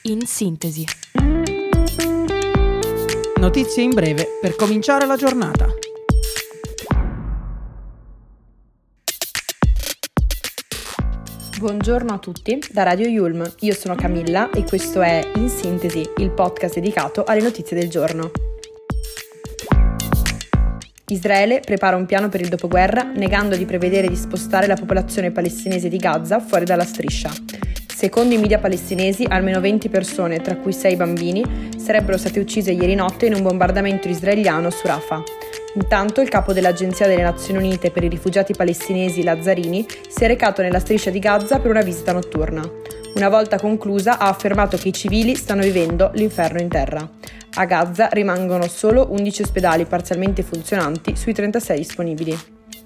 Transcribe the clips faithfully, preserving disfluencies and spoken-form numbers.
In sintesi. Notizie in breve per cominciare la giornata. Buongiorno a tutti da Radio Yulm, io sono Camilla e questo è In Sintesi, il podcast dedicato alle notizie del giorno. Israele prepara un piano per il dopoguerra negando di prevedere di spostare la popolazione palestinese di Gaza fuori dalla striscia. Secondo i media palestinesi, almeno venti persone, tra cui sei bambini, sarebbero state uccise ieri notte in un bombardamento israeliano su Rafah. Intanto il capo dell'Agenzia delle Nazioni Unite per i rifugiati palestinesi, Lazzarini, si è recato nella striscia di Gaza per una visita notturna. Una volta conclusa ha affermato che i civili stanno vivendo l'inferno in terra. A Gaza rimangono solo undici ospedali parzialmente funzionanti sui trentasei disponibili.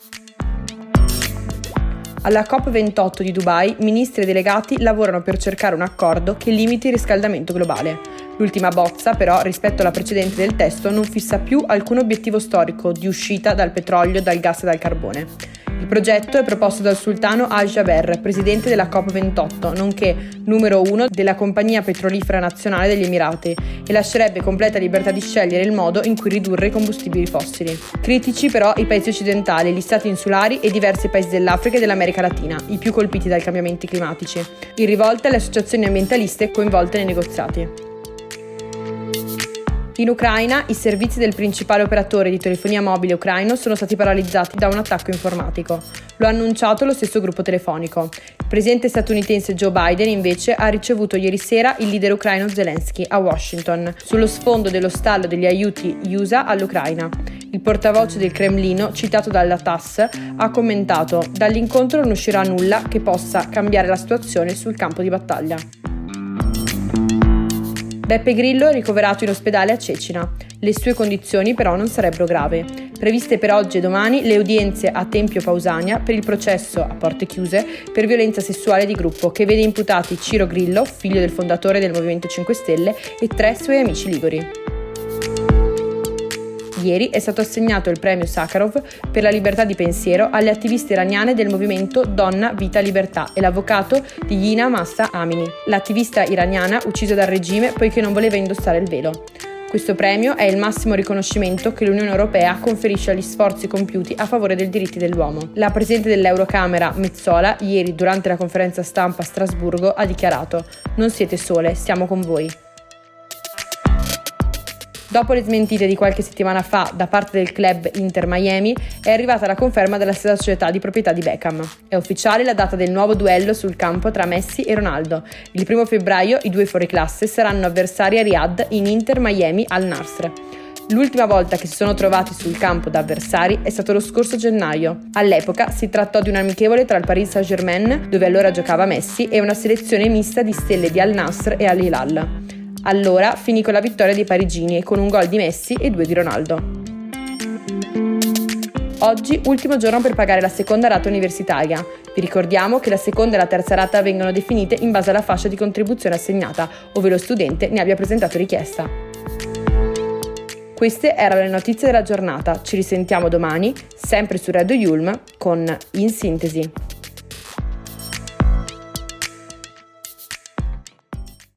Alla COP ventotto di Dubai, ministri e delegati lavorano per cercare un accordo che limiti il riscaldamento globale. L'ultima bozza, però, rispetto alla precedente del testo, non fissa più alcun obiettivo storico di uscita dal petrolio, dal gas e dal carbone. Il progetto è proposto dal sultano Al-Jaber, presidente della COP ventotto, nonché numero uno della compagnia petrolifera nazionale degli Emirati, e lascerebbe completa libertà di scegliere il modo in cui ridurre i combustibili fossili. Critici però i paesi occidentali, gli stati insulari e diversi paesi dell'Africa e dell'America Latina, i più colpiti dai cambiamenti climatici. In rivolta le associazioni ambientaliste coinvolte nei negoziati. In Ucraina, i servizi del principale operatore di telefonia mobile ucraino sono stati paralizzati da un attacco informatico. Lo ha annunciato lo stesso gruppo telefonico. Il presidente statunitense Joe Biden, invece, ha ricevuto ieri sera il leader ucraino Zelensky a Washington, sullo sfondo dello stallo degli aiuti U S A all'Ucraina. Il portavoce del Cremlino, citato dalla T A S S, ha commentato: «Dall'incontro non uscirà nulla che possa cambiare la situazione sul campo di battaglia». Beppe Grillo è ricoverato in ospedale a Cecina. Le sue condizioni però non sarebbero gravi. Previste per oggi e domani le udienze a Tempio Pausania per il processo a porte chiuse per violenza sessuale di gruppo che vede imputati Ciro Grillo, figlio del fondatore del Movimento cinque Stelle, e tre suoi amici liguri. Ieri è stato assegnato il premio Sakharov per la libertà di pensiero alle attiviste iraniane del movimento Donna, Vita, Libertà e l'avvocato di Jina Mahsa Amini, l'attivista iraniana uccisa dal regime poiché non voleva indossare il velo. Questo premio è il massimo riconoscimento che l'Unione Europea conferisce agli sforzi compiuti a favore dei diritti dell'uomo. La presidente dell'Eurocamera, Metsola, ieri durante la conferenza stampa a Strasburgo ha dichiarato: «Non siete sole, siamo con voi». Dopo le smentite di qualche settimana fa da parte del club Inter Miami, è arrivata la conferma della stessa società di proprietà di Beckham. È ufficiale la data del nuovo duello sul campo tra Messi e Ronaldo. Il primo febbraio i due fuoriclasse saranno avversari a Riyadh in Inter Miami Al Nasr. L'ultima volta che si sono trovati sul campo da avversari è stato lo scorso gennaio. All'epoca si trattò di un amichevole tra il Paris Saint-Germain, dove allora giocava Messi, e una selezione mista di stelle di Al Nasr e Al Hilal. Allora finì con la vittoria dei parigini con un gol di Messi e due di Ronaldo. Oggi ultimo giorno per pagare la seconda rata universitaria. Vi ricordiamo che la seconda e la terza rata vengono definite in base alla fascia di contribuzione assegnata, ove lo studente ne abbia presentato richiesta. Queste erano le notizie della giornata. Ci risentiamo domani, sempre su Radio Yulm, con In Sintesi.